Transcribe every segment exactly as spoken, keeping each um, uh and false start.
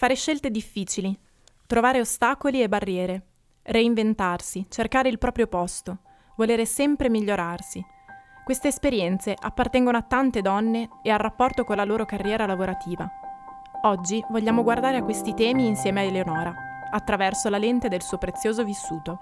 fare scelte difficili, trovare ostacoli e barriere, reinventarsi, cercare il proprio posto, volere sempre migliorarsi. Queste esperienze appartengono a tante donne e al rapporto con la loro carriera lavorativa. Oggi vogliamo guardare a questi temi insieme a Eleonora, attraverso la lente del suo prezioso vissuto.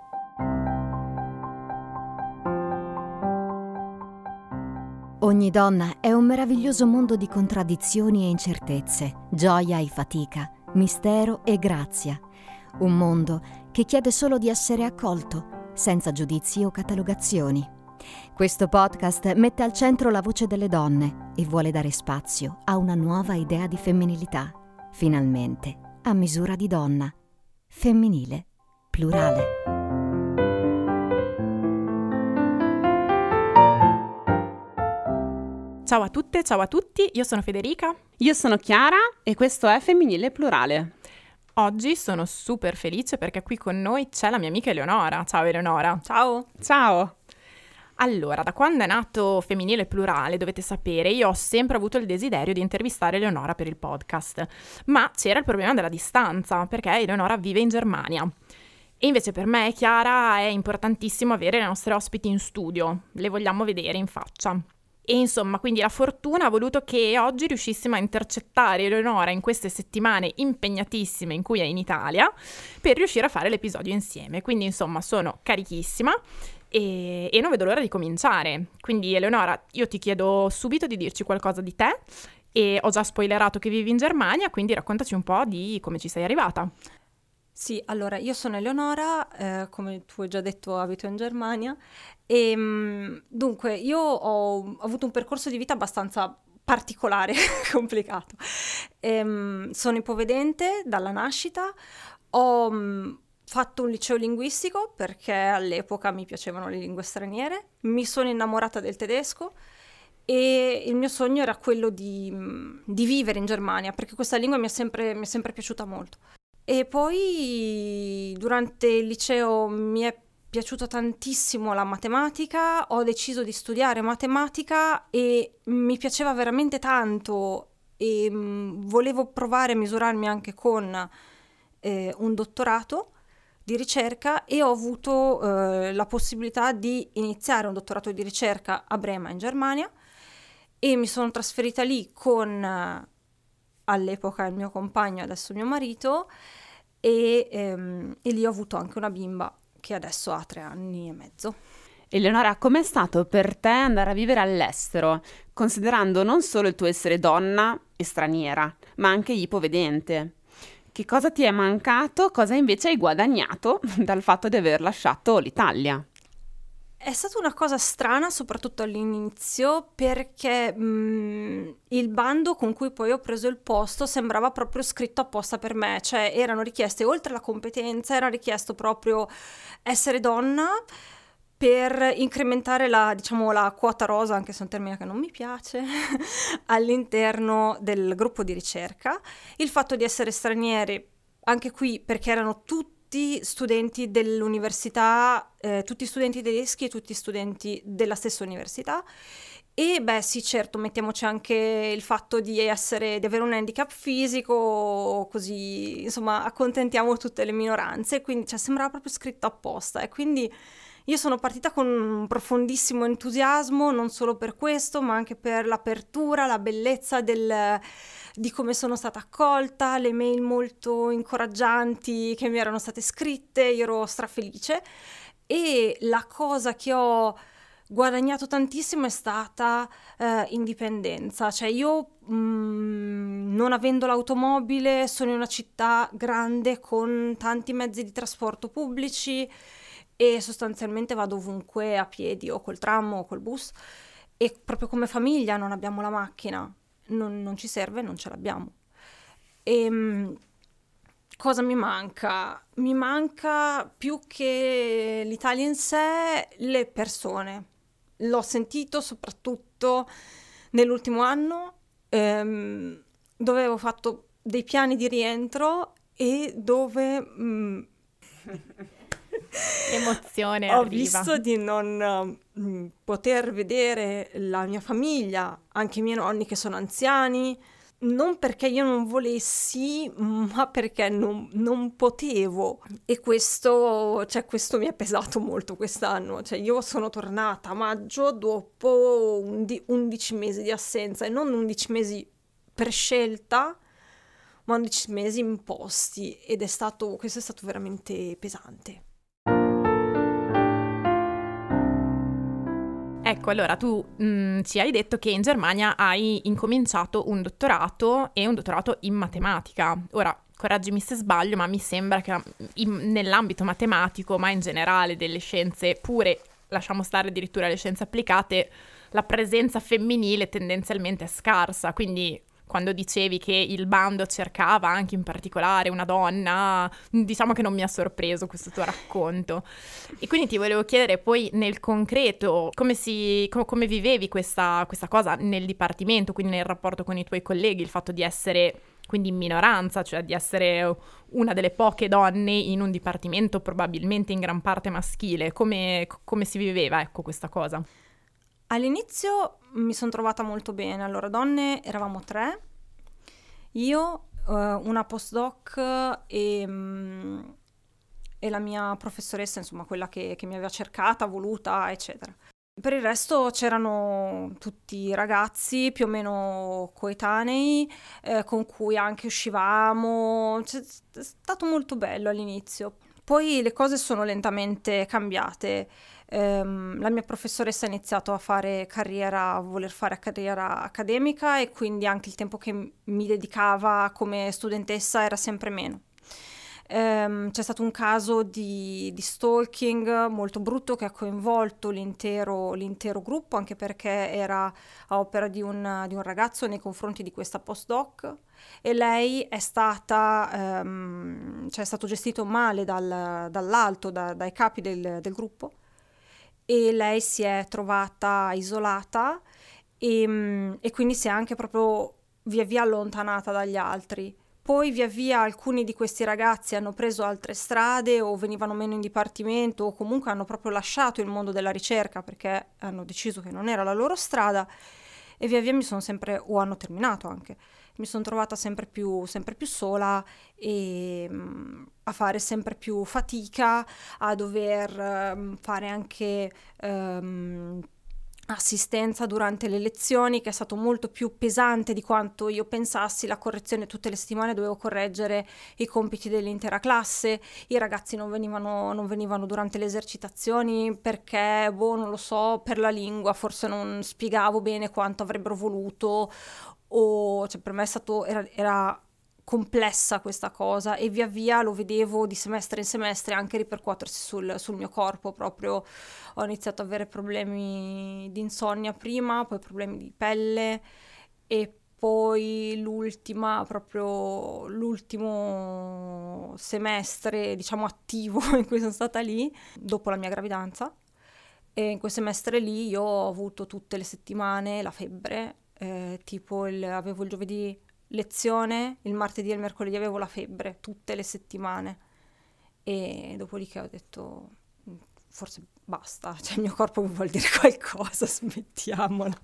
Ogni donna è un meraviglioso mondo di contraddizioni e incertezze, gioia e fatica, mistero e grazia. Un mondo che chiede solo di essere accolto, senza giudizi o catalogazioni. Questo podcast mette al centro la voce delle donne e vuole dare spazio a una nuova idea di femminilità, finalmente a misura di donna, femminile, plurale. Ciao a tutte, ciao a tutti, io sono Federica. Io sono Chiara e questo è Femminile Plurale. Oggi sono super felice perché qui con noi c'è la mia amica Eleonora. Ciao Eleonora. Ciao. Ciao. Allora, da quando è nato Femminile Plurale, dovete sapere, io ho sempre avuto il desiderio di intervistare Eleonora per il podcast, ma c'era il problema della distanza, perché Eleonora vive in Germania. E invece per me e Chiara è importantissimo avere le nostre ospiti in studio, le vogliamo vedere in faccia. E insomma, quindi la fortuna ha voluto che oggi riuscissimo a intercettare Eleonora in queste settimane impegnatissime in cui è in Italia, per riuscire a fare l'episodio insieme. Quindi insomma sono carichissima e, e non vedo l'ora di cominciare. Quindi Eleonora, io ti chiedo subito di dirci qualcosa di te, e ho già spoilerato che vivi in Germania, quindi raccontaci un po' di come ci sei arrivata. Sì, allora io sono Eleonora, eh, come tu hai già detto abito in Germania e mh, dunque io ho avuto un percorso di vita abbastanza particolare, complicato. E, mh, sono ipovedente dalla nascita, ho mh, fatto un liceo linguistico perché all'epoca mi piacevano le lingue straniere, mi sono innamorata del tedesco e il mio sogno era quello di, di vivere in Germania perché questa lingua mi è sempre, mi è sempre piaciuta molto. E poi durante il liceo mi è piaciuta tantissimo la matematica, ho deciso di studiare matematica e mi piaceva veramente tanto e mh, volevo provare a misurarmi anche con eh, un dottorato di ricerca e ho avuto eh, la possibilità di iniziare un dottorato di ricerca a Brema in Germania e mi sono trasferita lì con... Eh, all'epoca il mio compagno, adesso mio marito, e, ehm, e lì ho avuto anche una bimba che adesso ha tre anni e mezzo. Eleonora, com'è stato per te andare a vivere all'estero, considerando non solo il tuo essere donna e straniera, ma anche ipovedente? Che cosa ti è mancato, cosa invece hai guadagnato dal fatto di aver lasciato l'Italia? È stata una cosa strana, soprattutto all'inizio, perché mh, il bando con cui poi ho preso il posto sembrava proprio scritto apposta per me, cioè erano richieste, oltre alla competenza, era richiesto proprio essere donna per incrementare la, diciamo, la quota rosa, anche se è un termine che non mi piace, all'interno del gruppo di ricerca. Il fatto di essere stranieri, anche qui perché erano tutti studenti dell'università, eh, tutti studenti tedeschi e tutti studenti della stessa università. E beh sì, certo, mettiamoci anche il fatto di essere, di avere un handicap fisico, così insomma accontentiamo tutte le minoranze, quindi cioè, sembrava proprio scritto apposta e quindi io sono partita con un profondissimo entusiasmo, non solo per questo, ma anche per l'apertura, la bellezza del, di come sono stata accolta, le mail molto incoraggianti che mi erano state scritte, io ero strafelice. E la cosa che ho guadagnato tantissimo è stata eh, indipendenza, cioè io mh, non avendo l'automobile sono in una città grande con tanti mezzi di trasporto pubblici e sostanzialmente vado ovunque a piedi o col tram o col bus e proprio come famiglia non abbiamo la macchina, non, non ci serve, non ce l'abbiamo. E mh, cosa mi manca? Mi manca più che l'Italia in sé, le persone. L'ho sentito soprattutto nell'ultimo anno, ehm, dove avevo fatto dei piani di rientro e dove mh, Emozione ho arriva. visto di non mh, poter vedere la mia famiglia, anche i miei nonni che sono anziani, non perché io non volessi, ma perché non, non potevo. E questo, cioè, questo mi è pesato molto quest'anno. Cioè, io sono tornata a maggio dopo undici mesi di assenza, e non undici mesi per scelta, ma undici mesi imposti, ed è stato, questo è stato veramente pesante. Ecco, allora tu mh, ci hai detto che in Germania hai incominciato un dottorato, e un dottorato in matematica. Ora, correggimi se sbaglio, ma mi sembra che in, nell'ambito matematico, ma in generale delle scienze pure, lasciamo stare addirittura le scienze applicate, la presenza femminile tendenzialmente è scarsa, quindi quando dicevi che il bando cercava anche in particolare una donna, diciamo che non mi ha sorpreso questo tuo racconto. E quindi ti volevo chiedere poi nel concreto come, si, com- come vivevi questa, questa cosa nel dipartimento, quindi nel rapporto con i tuoi colleghi, il fatto di essere quindi in minoranza, cioè di essere una delle poche donne in un dipartimento probabilmente in gran parte maschile. Come, come si viveva, ecco, questa cosa? All'inizio mi sono trovata molto bene. Allora, donne eravamo tre, io, uh, una postdoc e, um, e la mia professoressa, insomma, quella che, che mi aveva cercata, voluta, eccetera. Per il resto c'erano tutti ragazzi più o meno coetanei, eh, con cui anche uscivamo. C'è, è stato molto bello all'inizio. Poi le cose sono lentamente cambiate. Um, la mia professoressa ha iniziato a fare carriera, a voler fare carriera accademica, e quindi anche il tempo che m- mi dedicava come studentessa era sempre meno. Um, c'è stato un caso di, di stalking molto brutto che ha coinvolto l'intero, l'intero gruppo, anche perché era a opera di un, di un ragazzo nei confronti di questa postdoc, e lei è stata, um, cioè è stato gestito male dal, dall'alto, da, dai capi del, del gruppo, e lei si è trovata isolata e, e quindi si è anche proprio via via allontanata dagli altri. Poi via via alcuni di questi ragazzi hanno preso altre strade, o venivano meno in dipartimento, o comunque hanno proprio lasciato il mondo della ricerca perché hanno deciso che non era la loro strada, e via via mi sono sempre, o hanno terminato anche, mi sono trovata sempre più, sempre più sola, e um, a fare sempre più fatica, a dover um, fare anche um, assistenza durante le lezioni, che è stato molto più pesante di quanto io pensassi. La correzione, tutte le settimane dovevo correggere i compiti dell'intera classe, i ragazzi non venivano, non venivano durante le esercitazioni perché, boh, non lo so, per la lingua forse non spiegavo bene quanto avrebbero voluto, o cioè per me è stato, era, era complessa questa cosa, e via via lo vedevo di semestre in semestre anche ripercuotersi sul, sul mio corpo. Proprio ho iniziato ad avere problemi di insonnia prima, poi problemi di pelle, e poi l'ultima, proprio l'ultimo semestre, diciamo, attivo in cui sono stata lì, dopo la mia gravidanza, e in quel semestre lì io ho avuto tutte le settimane la febbre, eh, tipo il, avevo il giovedì lezione, il martedì e il mercoledì avevo la febbre, tutte le settimane, e dopodiché ho detto forse basta, cioè il mio corpo mi vuol dire qualcosa, smettiamola.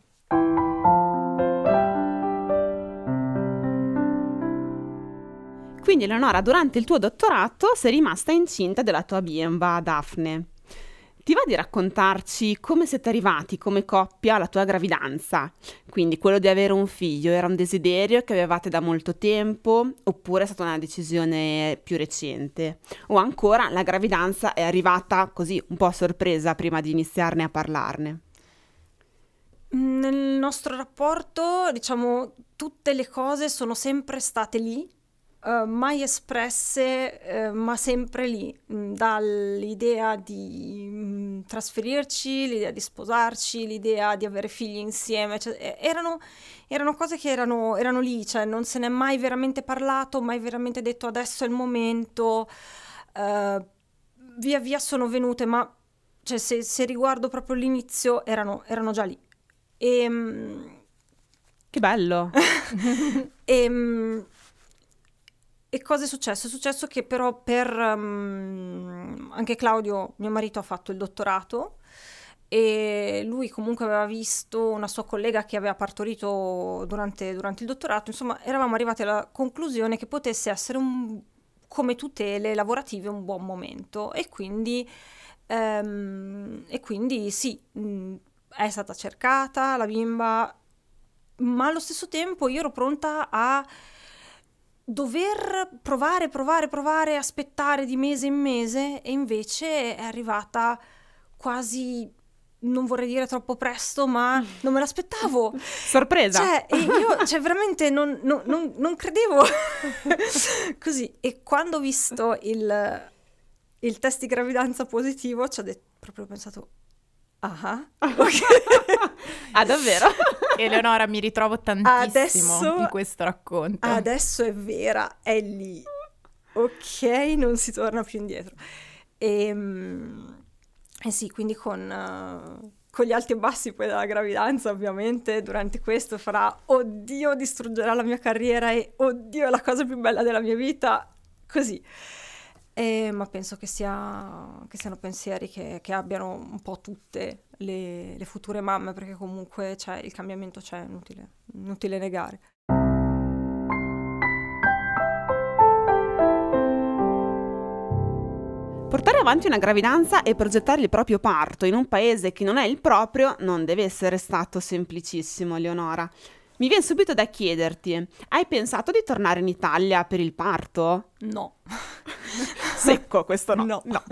Quindi Eleonora, durante il tuo dottorato sei rimasta incinta della tua bimba Daphne. Ti va di raccontarci come siete arrivati come coppia alla tua gravidanza? Quindi quello di avere un figlio era un desiderio che avevate da molto tempo, oppure è stata una decisione più recente? O ancora la gravidanza è arrivata così un po' a sorpresa prima di iniziarne a parlarne? Nel nostro rapporto, diciamo, tutte le cose sono sempre state lì, uh, mai espresse, uh, ma sempre lì, mh, dall'idea di mh, trasferirci, l'idea di sposarci, l'idea di avere figli insieme, cioè, erano, erano cose che erano, erano lì, cioè non se n'è mai veramente parlato, mai veramente detto adesso è il momento, uh, via via sono venute, ma cioè, se, se riguardo proprio l'inizio erano, erano già lì. E, che bello! e, e cosa è successo? È successo che però per um, anche Claudio, mio marito, ha fatto il dottorato, e lui comunque aveva visto una sua collega che aveva partorito durante, durante il dottorato. Insomma, eravamo arrivati alla conclusione che potesse essere un, come tutele lavorative un buon momento, e quindi, ehm, e quindi sì, mh, è stata cercata la bimba, ma allo stesso tempo io ero pronta a dover provare, provare, provare, aspettare di mese in mese, e invece è arrivata quasi, non vorrei dire troppo presto, ma non me l'aspettavo. Sorpresa! Cioè, e io cioè, veramente non, non, non, non credevo. Così, e quando ho visto il, il test di gravidanza positivo, ci ho detto, proprio ho pensato, ah, okay. Ah, davvero? Eleonora, mi ritrovo tantissimo Adesso- in questo racconto. Adesso è vera, è lì. Ok, non si torna più indietro. E, eh sì, quindi con, eh, con gli alti e bassi poi della gravidanza, ovviamente, durante questo farà, oddio, distruggerà la mia carriera e oddio, è la cosa più bella della mia vita, così. Eh, ma penso che, sia, che siano pensieri che, che abbiano un po' tutte le, le future mamme, perché comunque c'è, il cambiamento c'è, inutile, inutile negare. Portare avanti una gravidanza e progettare il proprio parto in un paese che non è il proprio non deve essere stato semplicissimo, Eleonora. Mi viene subito da chiederti, hai pensato di tornare in Italia per il parto? No. Secco, questo no. No. no.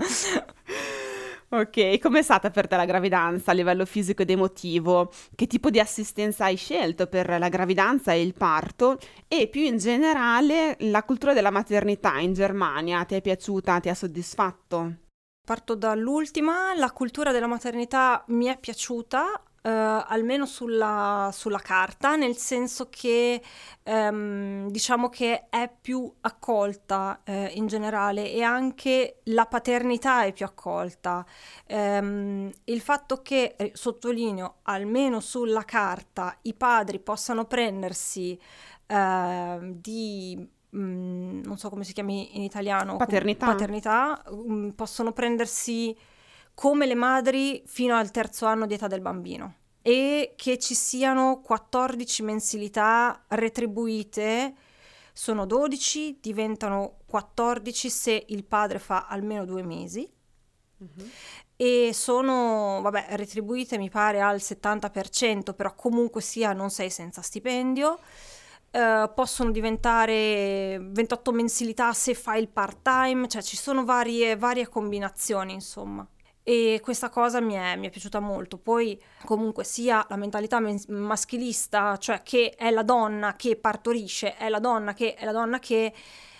Ok, com'è stata per te la gravidanza a livello fisico ed emotivo? Che tipo di assistenza hai scelto per la gravidanza e il parto? E più in generale, la cultura della maternità in Germania ti è piaciuta, ti ha soddisfatto? Parto dall'ultima, la cultura della maternità mi è piaciuta, eh, almeno sulla, sulla carta, nel senso che ehm, diciamo che è più accolta eh, in generale, e anche la paternità è più accolta. Ehm, il fatto che, eh, sottolineo, almeno sulla carta i padri possano prendersi eh, di... Mm, non so come si chiami in italiano, Paternità. com- paternità, mm, possono prendersi come le madri fino al terzo anno di età del bambino, e che ci siano quattordici mensilità retribuite, sono dodici, diventano quattordici se il padre fa almeno due mesi. Mm-hmm. E sono, vabbè, retribuite mi pare al settanta per cento, però comunque sia non sei senza stipendio. Uh, possono diventare ventotto mensilità se fai il part-time, cioè ci sono varie, varie combinazioni, insomma. E questa cosa mi è, mi è piaciuta molto. Poi comunque sia la mentalità men- maschilista, cioè che è la donna che partorisce, è la donna che è la donna che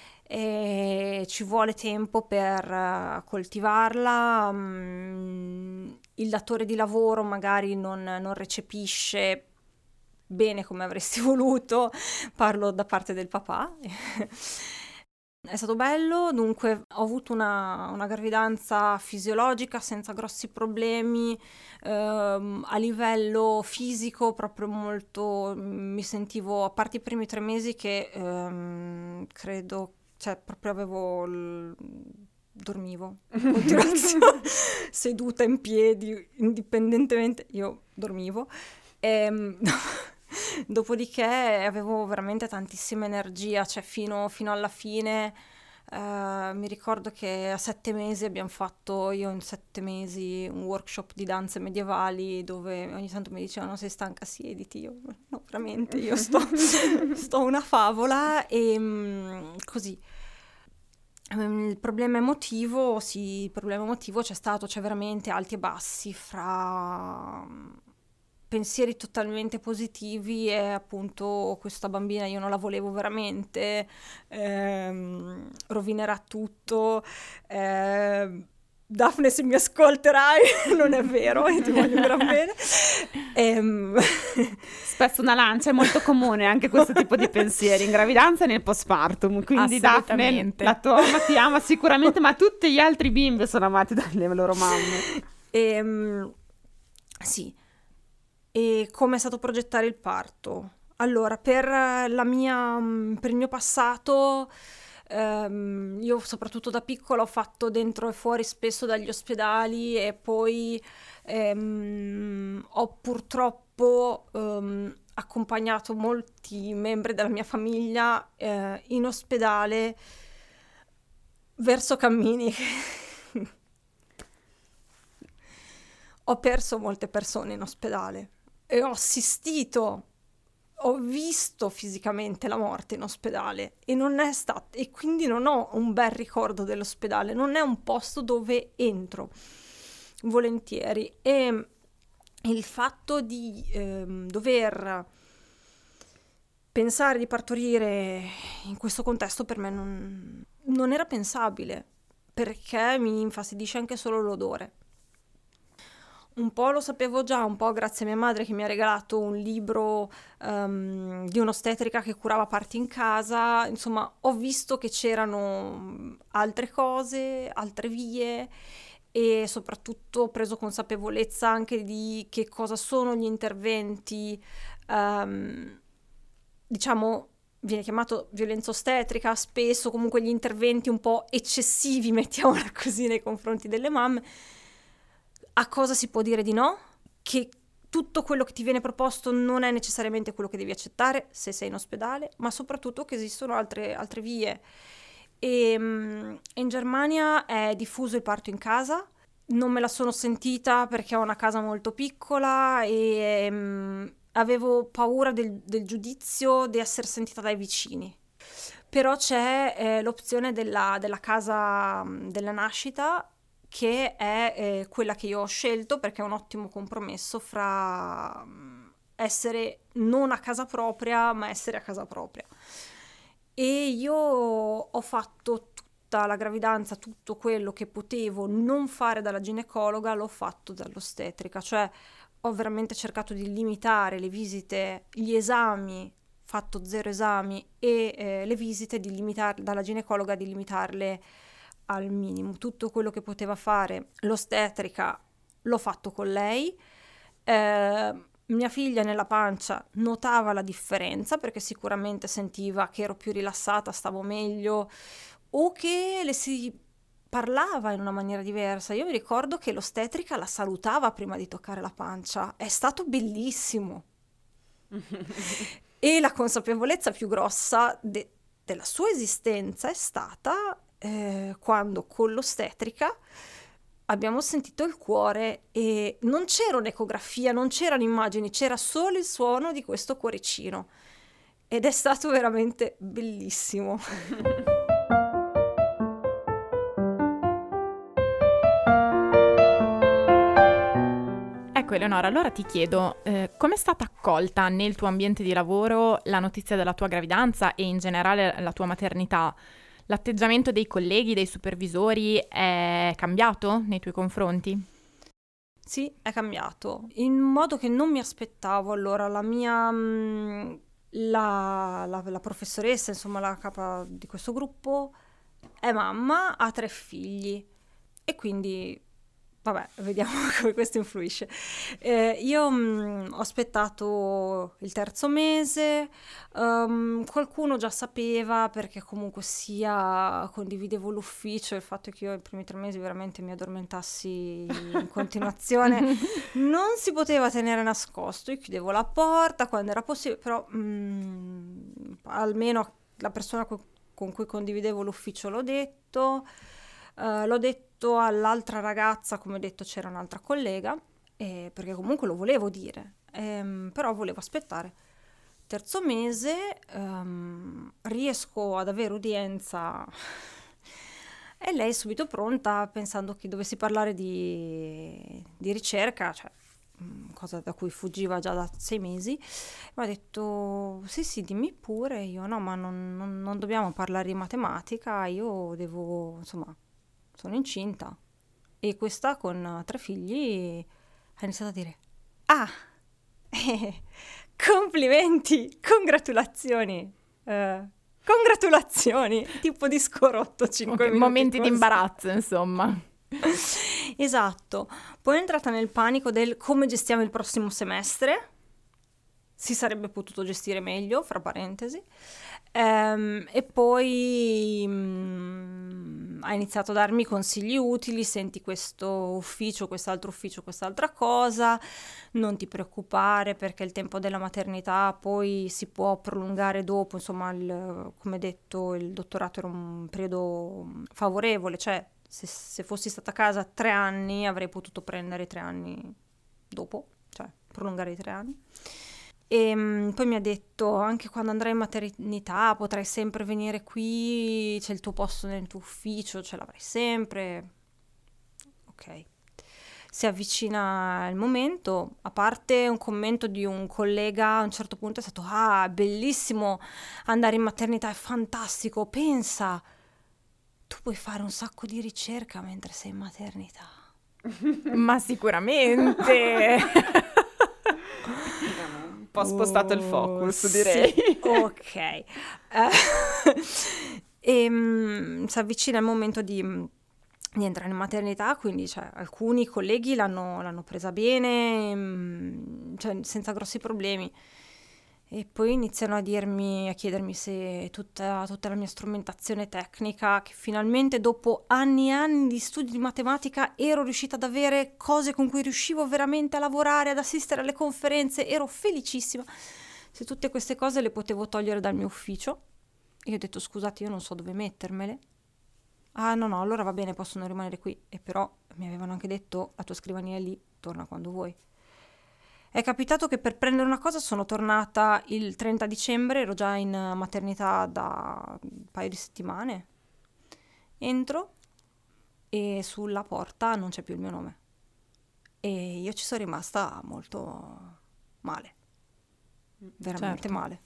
eh, ci vuole tempo per uh, coltivarla. Mm, il datore di lavoro magari non, non recepisce bene come avresti voluto, parlo da parte del papà. È stato bello, dunque ho avuto una, una gravidanza fisiologica senza grossi problemi, ehm, a livello fisico proprio molto, mi sentivo, a parte i primi tre mesi che ehm, credo, cioè proprio avevo... Il, dormivo in continuazione, seduta in piedi, indipendentemente, io dormivo. E, dopodiché avevo veramente tantissima energia, cioè fino, fino alla fine. Uh, mi ricordo che a sette mesi abbiamo fatto, io in sette mesi, un workshop di danze medievali dove ogni tanto mi dicevano sei stanca, siediti, io no, veramente, io sto, sto una favola. E um, così. Il problema emotivo, sì, il problema emotivo c'è stato, c'è veramente alti e bassi fra pensieri totalmente positivi e appunto questa bambina io non la volevo veramente, ehm, rovinerà tutto, eh, Daphne se mi ascolterai non è vero e ti voglio gran bene. Ehm... Spesso una lancia, è molto comune anche questo tipo di pensieri in gravidanza e nel postpartum, quindi Daphne, la tua mamma ti ama sicuramente, ma tutti gli altri bimbi sono amati dalle loro mamme. Ehm, sì. E come è stato progettare il parto? Allora, per la mia, per il mio passato Um, io soprattutto da piccola ho fatto dentro e fuori spesso dagli ospedali e poi um, ho purtroppo um, accompagnato molti membri della mia famiglia uh, in ospedale verso cammini. Ho perso molte persone in ospedale e ho assistito, ho visto fisicamente la morte in ospedale e non è stato, e quindi non ho un bel ricordo dell'ospedale, non è un posto dove entro volentieri. E il fatto di ehm, dover pensare di partorire in questo contesto per me non, non era pensabile, perché mi infastidisce anche solo l'odore. Un po' lo sapevo già, un po' grazie a mia madre che mi ha regalato un libro um, di un'ostetrica che curava parti in casa. Insomma, ho visto che c'erano altre cose, altre vie e soprattutto ho preso consapevolezza anche di che cosa sono gli interventi, um, diciamo, viene chiamato violenza ostetrica, spesso comunque gli interventi un po' eccessivi, mettiamola così, nei confronti delle mamme. A cosa si può dire di no? Che tutto quello che ti viene proposto non è necessariamente quello che devi accettare se sei in ospedale, ma soprattutto che esistono altre, altre vie. E, um, in Germania è diffuso il parto in casa. Non me la sono sentita perché ho una casa molto piccola e um, avevo paura del, del giudizio di essere sentita dai vicini. Però c'è eh, l'opzione della, della casa um, della nascita, che è eh, quella che io ho scelto perché è un ottimo compromesso fra um, essere non a casa propria ma essere a casa propria. E io ho fatto tutta la gravidanza, tutto quello che potevo non fare dalla ginecologa l'ho fatto dall'ostetrica, cioè ho veramente cercato di limitare le visite, gli esami, fatto zero esami e eh, le visite di limitar- dalla ginecologa di limitarle al minimo. Tutto quello che poteva fare l'ostetrica l'ho fatto con lei. Eh, mia figlia nella pancia notava la differenza perché sicuramente sentiva che ero più rilassata, stavo meglio o che le si parlava in una maniera diversa. Io mi ricordo che l'ostetrica la salutava prima di toccare la pancia, è stato bellissimo. E la consapevolezza più grossa de- della sua esistenza è stata Eh, quando con l'ostetrica abbiamo sentito il cuore e non c'era un'ecografia, non c'erano immagini, c'era solo il suono di questo cuoricino ed è stato veramente bellissimo. Ecco Eleonora, allora ti chiedo, eh, com'è stata accolta nel tuo ambiente di lavoro la notizia della tua gravidanza e in generale la tua maternità? L'atteggiamento dei colleghi, dei supervisori è cambiato nei tuoi confronti? Sì, è cambiato, in modo che non mi aspettavo. Allora, la mia, la, la, la professoressa, insomma la capa di questo gruppo, è mamma, ha tre figli e quindi, vabbè, vediamo come questo influisce. Eh, io mh, ho aspettato il terzo mese, um, qualcuno già sapeva perché comunque sia condividevo l'ufficio, il fatto che io i primi tre mesi veramente mi addormentassi in continuazione, non si poteva tenere nascosto, io chiudevo la porta quando era possibile, però mh, almeno la persona co- con cui condividevo l'ufficio l'ho detto. Uh, l'ho detto all'altra ragazza, come ho detto c'era un'altra collega, eh, perché comunque lo volevo dire, ehm, però volevo aspettare. Terzo mese um, riesco ad avere udienza e lei è subito pronta, pensando che dovessi parlare di, di ricerca, cioè cosa da cui fuggiva già da sei mesi, mi ha detto sì sì dimmi pure. Io no, ma non, non, non dobbiamo parlare di matematica, io devo, insomma, sono incinta. E questa con tre figli ha iniziato a dire ah, eh, complimenti, congratulazioni, eh, congratulazioni, tipo di scorotto, cinque Okay, minuti momenti così. di imbarazzo, insomma. Esatto. Poi è entrata nel panico del come gestiamo il prossimo semestre. Si sarebbe potuto gestire meglio, fra parentesi. Ehm, e poi mh, ha iniziato a darmi consigli utili: senti questo ufficio, quest'altro ufficio, quest'altra cosa, non ti preoccupare perché il tempo della maternità poi si può prolungare dopo, insomma, il, come detto, il dottorato era un periodo favorevole, cioè se, se fossi stata a casa tre anni avrei potuto prendere tre anni dopo, cioè prolungare i tre anni. E mh, poi mi ha detto: anche quando andrai in maternità potrai sempre venire qui, c'è il tuo posto nel tuo ufficio, ce l'avrai sempre. Ok. Si avvicina il momento, a parte un commento di un collega a un certo punto è stato: ah, bellissimo andare in maternità, è fantastico, pensa, tu puoi fare un sacco di ricerca mentre sei in maternità. Ma sicuramente! Un po' spostato il focus, Oh, direi. sì, ok. Eh, e mm, si avvicina il momento di, di entrare in maternità, quindi cioè, alcuni colleghi l'hanno, l'hanno presa bene, mm, cioè, senza grossi problemi. E poi iniziano a dirmi, a chiedermi se tutta, tutta la mia strumentazione tecnica, che finalmente dopo anni e anni di studi di matematica ero riuscita ad avere cose con cui riuscivo veramente a lavorare, ad assistere alle conferenze, ero felicissima. Se tutte queste cose le potevo togliere dal mio ufficio. Io ho detto: scusate, io non so dove mettermele. Ah no no, allora va bene, possono rimanere qui. E però mi avevano anche detto: la tua scrivania è lì, torna quando vuoi. È capitato che per prendere una cosa sono tornata il trenta dicembre, ero già in maternità da un paio di settimane. Entro e sulla porta non c'è più il mio nome. E io ci sono rimasta molto male, veramente Certo. male.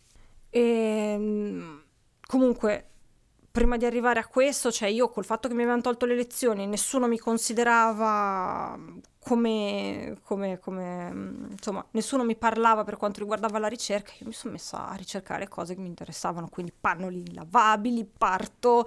E comunque, prima di arrivare a questo, cioè io col fatto che mi avevano tolto le lezioni, nessuno mi considerava come, come, come, insomma, nessuno mi parlava per quanto riguardava la ricerca, io mi sono messa a ricercare cose che mi interessavano, quindi pannolini lavabili, parto,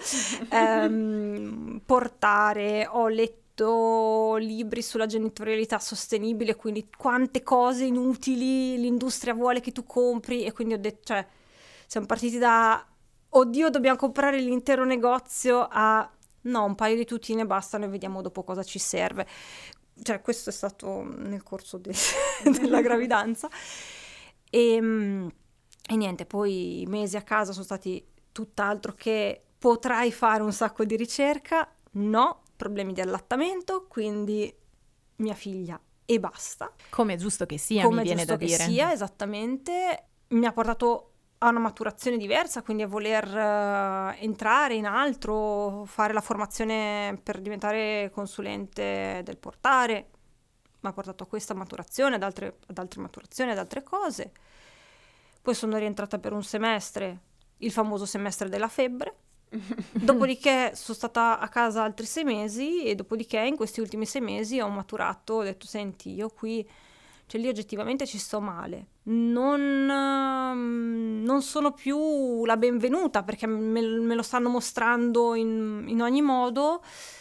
ehm, portare, ho letto libri sulla genitorialità sostenibile, quindi quante cose inutili l'industria vuole che tu compri, e quindi ho detto, cioè, siamo partiti da oddio, dobbiamo comprare l'intero negozio, a no, un paio di tutine bastano e vediamo dopo cosa ci serve. Cioè, questo è stato nel corso de- della gravidanza. E, e niente, poi i mesi a casa sono stati tutt'altro che potrai fare un sacco di ricerca. No, problemi di allattamento, quindi mia figlia e basta. Come è giusto che sia, Come mi è viene giusto da che dire. sia, esattamente. Mi ha portato a una maturazione diversa, quindi a voler uh, entrare in altro, fare la formazione per diventare consulente del portare. Mi ha portato a questa maturazione, ad altre, ad altre maturazioni, ad altre cose. Poi sono rientrata per un semestre, il famoso semestre della febbre. Dopodiché sono stata a casa altri sei mesi e dopodiché in questi ultimi sei mesi ho maturato, ho detto: senti, io qui, cioè lì oggettivamente ci sto male, non, um, non sono più la benvenuta perché me, me lo stanno mostrando in, in ogni modo.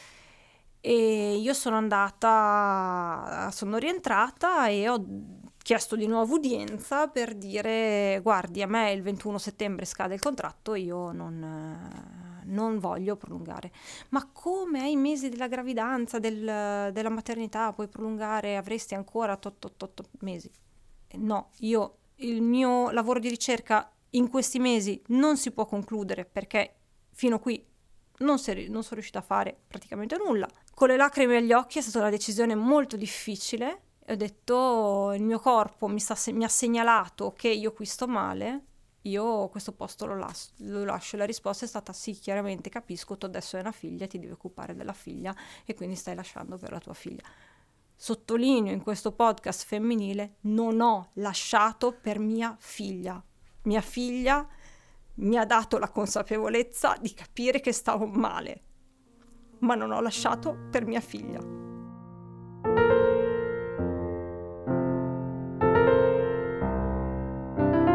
E io sono andata, sono rientrata e ho chiesto di nuovo udienza per dire: guardi, a me il ventuno settembre scade il contratto, io non, non voglio prolungare. Ma come, ai mesi della gravidanza, del, della maternità, puoi prolungare, avresti ancora tot, tot, tot mesi? No, io il mio lavoro di ricerca in questi mesi non si può concludere perché fino a qui non, si, non sono riuscita a fare praticamente nulla. Con le lacrime agli occhi è stata una decisione molto difficile. Ho detto: il mio corpo mi, sta, mi ha segnalato che io qui sto male, io questo posto lo, las- lo lascio. La risposta è stata: sì, chiaramente capisco, tu adesso hai una figlia, ti devi occupare della figlia e quindi stai lasciando per la tua figlia. Sottolineo in questo podcast femminile: non ho lasciato per mia figlia. Mia figlia mi ha dato la consapevolezza di capire che stavo male, ma non ho lasciato per mia figlia.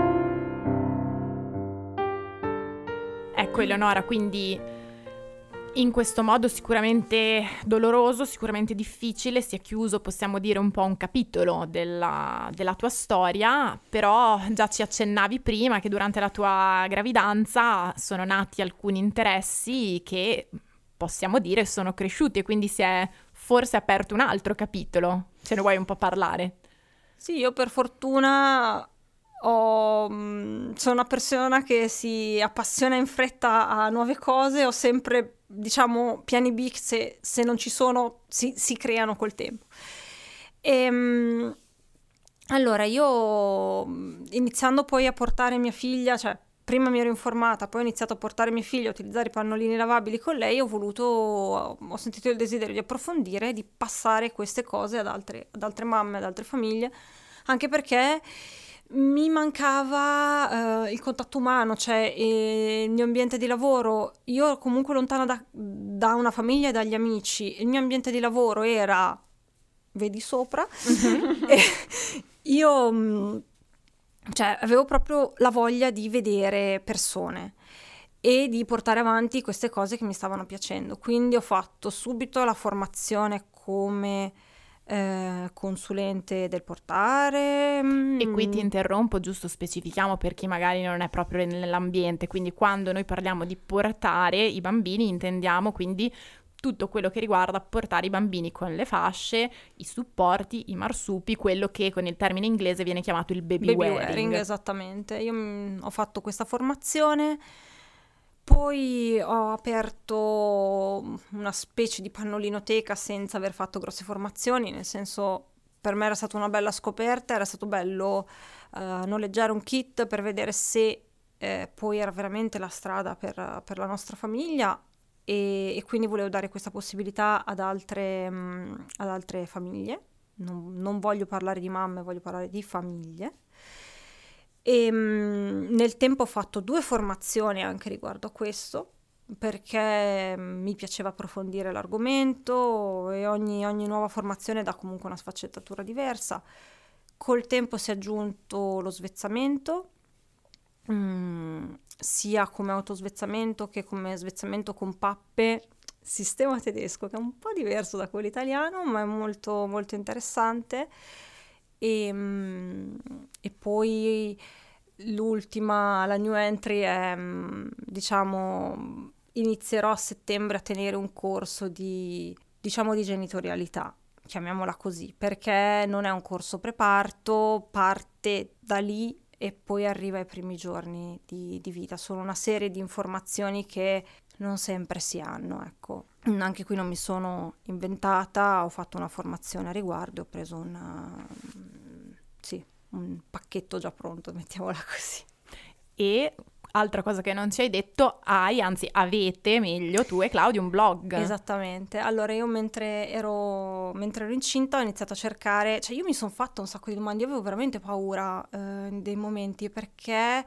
Ecco, Eleonora, quindi In questo modo sicuramente doloroso, sicuramente difficile, si è chiuso, possiamo dire, un po' un capitolo della, della tua storia, però già ci accennavi prima che durante la tua gravidanza sono nati alcuni interessi che possiamo dire sono cresciuti e quindi si è forse aperto un altro capitolo. Ce ne vuoi un po' parlare? Sì, io per fortuna ho, mh, sono una persona che si appassiona in fretta a nuove cose, ho sempre, diciamo, piani B, se, se non ci sono si, si creano col tempo. E, mh, allora, io mh, iniziando poi a portare mia figlia, cioè prima mi ero informata, poi ho iniziato a portare mia figlia a utilizzare i pannolini lavabili con lei, ho voluto, ho sentito il desiderio di approfondire, di passare queste cose ad altre, ad altre mamme, ad altre famiglie, anche perché mi mancava eh, il contatto umano, cioè eh, il mio ambiente di lavoro. Io ero comunque lontana da, da una famiglia e dagli amici. Il mio ambiente di lavoro era, vedi sopra, e io mh, cioè, avevo proprio la voglia di vedere persone e di portare avanti queste cose che mi stavano piacendo. Quindi ho fatto subito la formazione come Eh, consulente del portare. E qui ti interrompo, giusto specifichiamo per chi magari non è proprio nell'ambiente, quindi quando noi parliamo di portare i bambini intendiamo quindi tutto quello che riguarda portare i bambini con le fasce, i supporti, i marsupi, quello che con il termine inglese viene chiamato il baby, baby wearing. wearing. Esattamente, io mh, ho fatto questa formazione. Poi ho aperto una specie di pannolinoteca senza aver fatto grosse formazioni, nel senso, per me era stata una bella scoperta, era stato bello uh, noleggiare un kit per vedere se eh, poi era veramente la strada per, per la nostra famiglia e, e quindi volevo dare questa possibilità ad altre, mh, ad altre famiglie. Non, non voglio parlare di mamme, voglio parlare di famiglie. E mh, nel tempo ho fatto due formazioni anche riguardo a questo, perché mi piaceva approfondire l'argomento e ogni, ogni nuova formazione dà comunque una sfaccettatura diversa. Col tempo si è aggiunto lo svezzamento, mh, sia come autosvezzamento che come svezzamento con pappe, sistema tedesco, che è un po' diverso da quello italiano, ma è molto, molto interessante. E, e poi l'ultima, la new entry è, diciamo, inizierò a settembre a tenere un corso di, diciamo, di genitorialità, chiamiamola così, perché non è un corso preparto, parte da lì e poi arriva ai primi giorni di, di vita. Sono una serie di informazioni che non sempre si hanno, ecco. Anche qui non mi sono inventata, ho fatto una formazione a riguardo, ho preso una, sì, un pacchetto già pronto, mettiamola così. E altra cosa che non ci hai detto, hai, anzi avete, meglio, tu e Claudio, un blog. Esattamente. Allora io mentre ero, mentre ero incinta ho iniziato a cercare, cioè io mi sono fatta un sacco di domande, io avevo veramente paura eh, in dei momenti, perché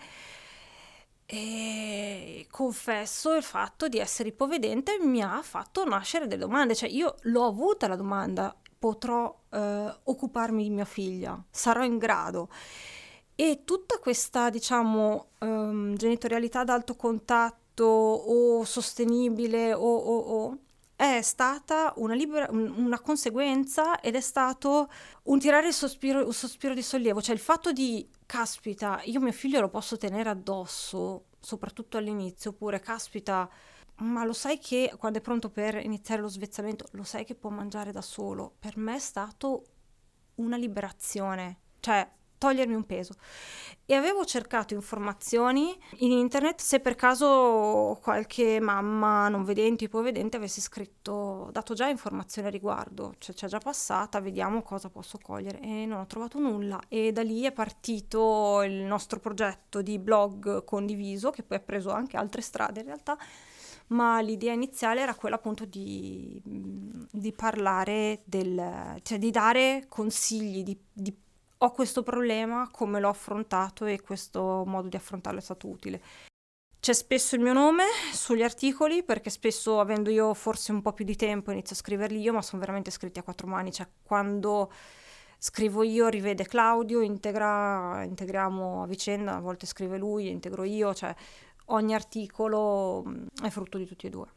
e confesso il fatto di essere ipovedente mi ha fatto nascere delle domande, cioè io l'ho avuta la domanda, potrò eh, occuparmi di mia figlia, sarò in grado, e tutta questa, diciamo, um, genitorialità ad alto contatto o sostenibile o, o, o è stata una, libera, un, una conseguenza ed è stato un tirare il sospiro, un sospiro di sollievo, cioè il fatto di caspita, io mio figlio lo posso tenere addosso, soprattutto all'inizio, oppure caspita, ma lo sai che quando è pronto per iniziare lo svezzamento, lo sai che può mangiare da solo. Per me è stato una liberazione, cioè togliermi un peso. E avevo cercato informazioni in internet se per caso qualche mamma non vedente, ipovedente avesse scritto, dato già informazioni a riguardo, cioè c'è già passata, vediamo cosa posso cogliere, e non ho trovato nulla, e da lì è partito il nostro progetto di blog condiviso, che poi ha preso anche altre strade in realtà, ma l'idea iniziale era quella appunto di, di parlare del, cioè di dare consigli, di, di ho questo problema, come l'ho affrontato, e questo modo di affrontarlo è stato utile. C'è spesso il mio nome sugli articoli, perché spesso, avendo io forse un po' più di tempo, inizio a scriverli io, ma sono veramente scritti a quattro mani, cioè quando scrivo io rivede Claudio, integra, integriamo a vicenda, a volte scrive lui, integro io, cioè ogni articolo è frutto di tutti e due.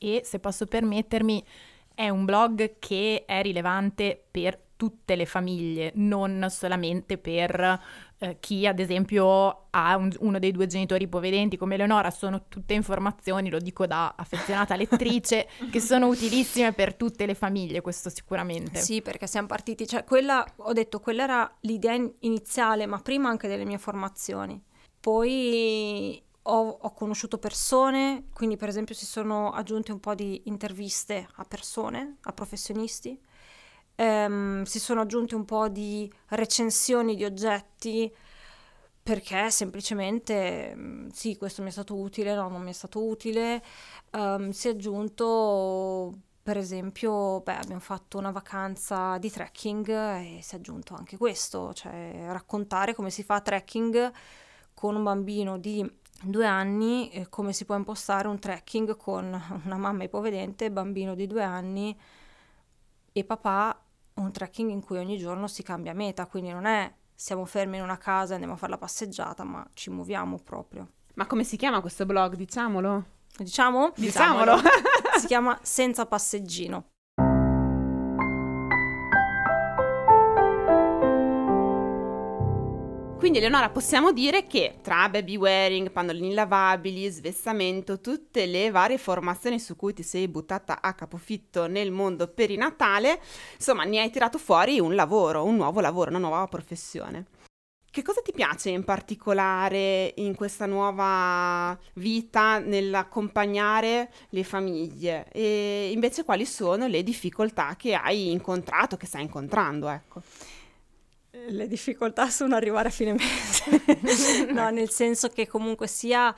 e, se posso permettermi, è un blog che è rilevante per tutte le famiglie, non solamente per eh, chi ad esempio ha un, uno dei due genitori ipovedenti come Eleonora. Sono tutte informazioni, lo dico da affezionata lettrice, che sono utilissime per tutte le famiglie, questo sicuramente. Sì, perché siamo partiti, cioè quella, ho detto, quella era l'idea iniziale, ma prima anche delle mie formazioni. Poi ho, ho conosciuto persone, quindi per esempio si sono aggiunte un po' di interviste a persone, a professionisti. Um, si sono aggiunti un po' di recensioni di oggetti, perché semplicemente sì, questo mi è stato utile, no, non mi è stato utile. Um, si è aggiunto, per esempio, beh, abbiamo fatto una vacanza di trekking e si è aggiunto anche questo, cioè raccontare come si fa trekking con un bambino di due anni, eh, come si può impostare un trekking con una mamma ipovedente, bambino di due anni e papà, un trekking in cui ogni giorno si cambia meta, quindi non è siamo fermi in una casa e andiamo a fare la passeggiata, ma ci muoviamo proprio. Ma come si chiama questo blog? Diciamolo. Diciamo? Diciamolo. Si chiama Senza Passeggino. Quindi Eleonora, possiamo dire che tra baby wearing, pannolini lavabili, svessamento, tutte le varie formazioni su cui ti sei buttata a capofitto nel mondo perinatale, insomma ne hai tirato fuori un lavoro, un nuovo lavoro, una nuova professione. Che cosa ti piace in particolare in questa nuova vita nell'accompagnare le famiglie? E invece quali sono le difficoltà che hai incontrato, che stai incontrando, ecco? Le difficoltà sono arrivare a fine mese, no, nel senso che comunque sia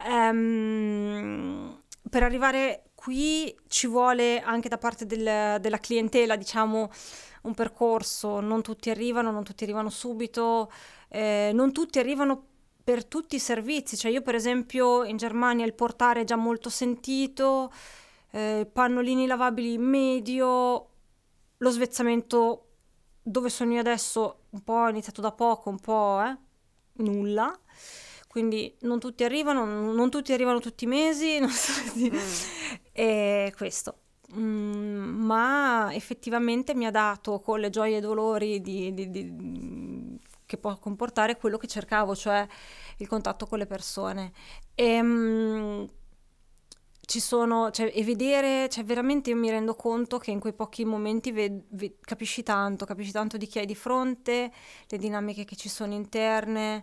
um, per arrivare qui ci vuole anche da parte del, della clientela, diciamo, un percorso. Non tutti arrivano, non tutti arrivano subito, eh, non tutti arrivano per tutti i servizi. Cioè io per esempio in Germania il portare è già molto sentito, eh, pannolini lavabili medio, lo svezzamento dove sono io adesso un po' ho iniziato da poco, un po' eh, nulla, quindi non tutti arrivano, non tutti arrivano tutti i mesi, non so dire. Mm. E questo, mm, ma effettivamente mi ha dato, con le gioie e dolori di, di, di, che può comportare, quello che cercavo, cioè il contatto con le persone. E, mm, ci sono, cioè, e vedere, cioè veramente io mi rendo conto che in quei pochi momenti ve, ve, capisci tanto, capisci tanto di chi hai di fronte, le dinamiche che ci sono interne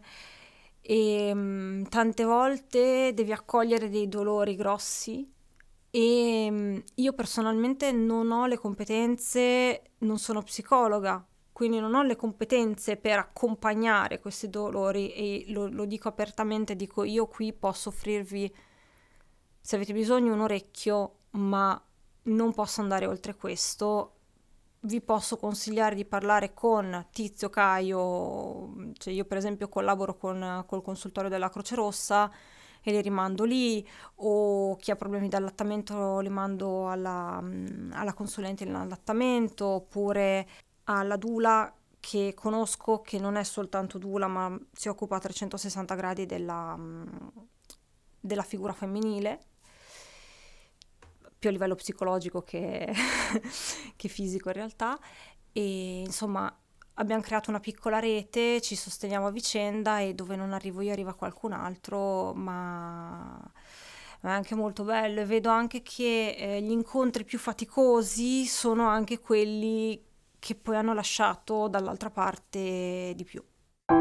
e mh, tante volte devi accogliere dei dolori grossi e mh, io personalmente non ho le competenze, non sono psicologa, quindi non ho le competenze per accompagnare questi dolori e lo, lo dico apertamente, dico io qui posso offrirvi, se avete bisogno, un orecchio, ma non posso andare oltre questo. Vi posso consigliare di parlare con Tizio, Caio, cioè io per esempio collaboro con col consultorio della Croce Rossa e li rimando lì, o chi ha problemi di allattamento li mando alla, alla consulente in allattamento, oppure alla doula che conosco, che non è soltanto doula ma si occupa a trecentosessanta gradi della, della figura femminile, più a livello psicologico che, che fisico in realtà, e insomma abbiamo creato una piccola rete, ci sosteniamo a vicenda e dove non arrivo io arriva qualcun altro, ma è anche molto bello e vedo anche che eh, gli incontri più faticosi sono anche quelli che poi hanno lasciato dall'altra parte di più.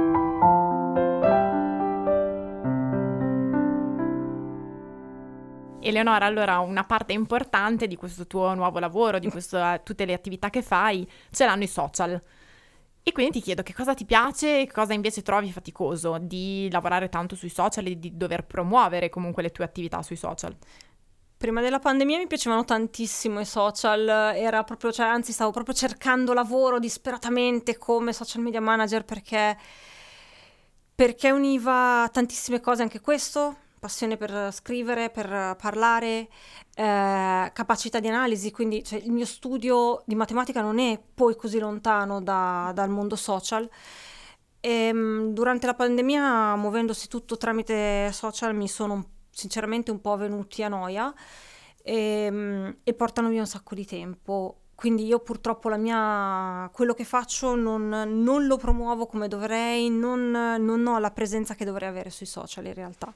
Eleonora, allora una parte importante di questo tuo nuovo lavoro, di questo, tutte le attività che fai, ce l'hanno i social. E quindi ti chiedo che cosa ti piace e cosa invece trovi faticoso di lavorare tanto sui social e di dover promuovere comunque le tue attività sui social. Prima della pandemia mi piacevano tantissimo i social, era proprio, cioè, anzi stavo proprio cercando lavoro disperatamente come social media manager perché, perché univa tantissime cose, anche questo, passione per scrivere, per parlare, eh, capacità di analisi, quindi cioè, il mio studio di matematica non è poi così lontano da, dal mondo social. E, durante la pandemia, muovendosi tutto tramite social, mi sono sinceramente un po' venuti a noia e, e portano via un sacco di tempo. Quindi io purtroppo la mia, quello che faccio non, non lo promuovo come dovrei, non, non ho la presenza che dovrei avere sui social in realtà.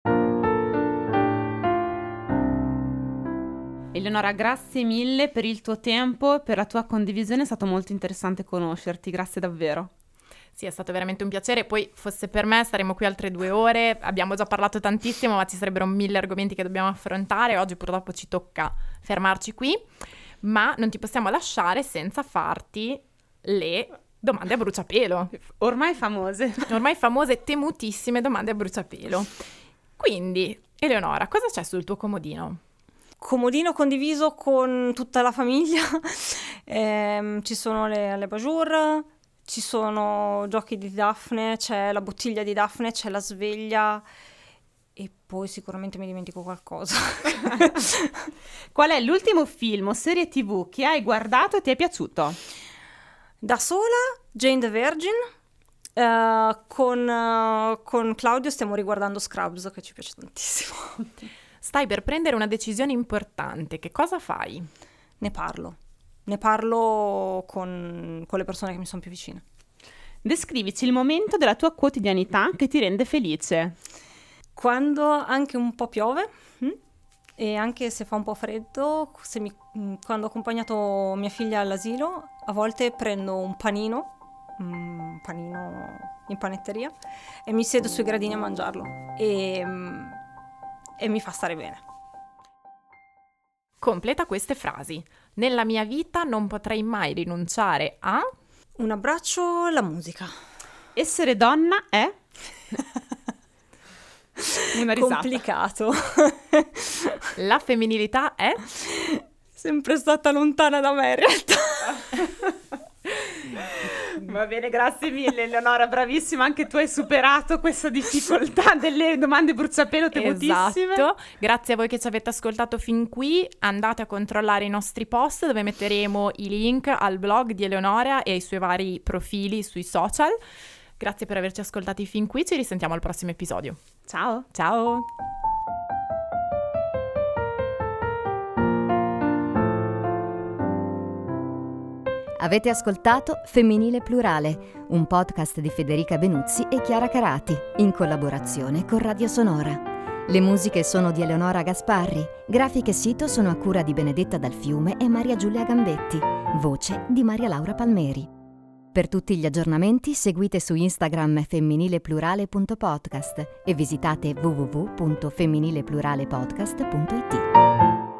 Eleonora, grazie mille per il tuo tempo, per la tua condivisione, è stato molto interessante conoscerti, grazie davvero. Sì, è stato veramente un piacere, poi fosse per me staremo qui altre due ore, abbiamo già parlato tantissimo, ma ci sarebbero mille argomenti che dobbiamo affrontare, oggi purtroppo ci tocca fermarci qui, ma non ti possiamo lasciare senza farti le domande a bruciapelo. Ormai famose. Ormai famose, temutissime domande a bruciapelo. Quindi, Eleonora, cosa c'è sul tuo comodino? Comodino condiviso con tutta la famiglia, eh, ci sono le, le Bajur, ci sono giochi di Daphne, c'è la bottiglia di Daphne, c'è la sveglia e poi sicuramente mi dimentico qualcosa. Qual è l'ultimo film o serie tv che hai guardato e ti è piaciuto? Da sola, Jane the Virgin, uh, con, uh, con Claudio stiamo riguardando Scrubs, che ci piace tantissimo. Stai per prendere una decisione importante, che cosa fai? Ne parlo, ne parlo con, con le persone che mi sono più vicine. Descrivici il momento della tua quotidianità che ti rende felice. Quando anche un po' piove hm? e anche se fa un po' freddo, se mi, quando ho accompagnato mia figlia all'asilo, a volte prendo un panino, un panino in panetteria, e mi siedo sui gradini a mangiarlo. E... e mi fa stare bene. Completa queste frasi. Nella mia vita non potrei mai rinunciare a... Un abbraccio, la musica. Essere donna è... Una risata. Complicato. La femminilità è... Sempre stata lontana da me in realtà. Va bene, grazie mille Eleonora, bravissima, anche tu hai superato questa difficoltà delle domande bruciapelo temutissime. Esatto, grazie a voi che ci avete ascoltato fin qui, andate a controllare i nostri post dove metteremo i link al blog di Eleonora e ai suoi vari profili sui social. Grazie per averci ascoltati fin qui, ci risentiamo al prossimo episodio. Ciao! Ciao! Avete ascoltato Femminile Plurale, un podcast di Federica Benuzzi e Chiara Carati, in collaborazione con Radio Sonora. Le musiche sono di Eleonora Gasparri, grafiche e sito sono a cura di Benedetta Dal Fiume e Maria Giulia Gambetti, voce di Maria Laura Palmeri. Per tutti gli aggiornamenti seguite su Instagram femminile-plurale punto podcast e visitate w w w punto femminile plurale podcast punto i t.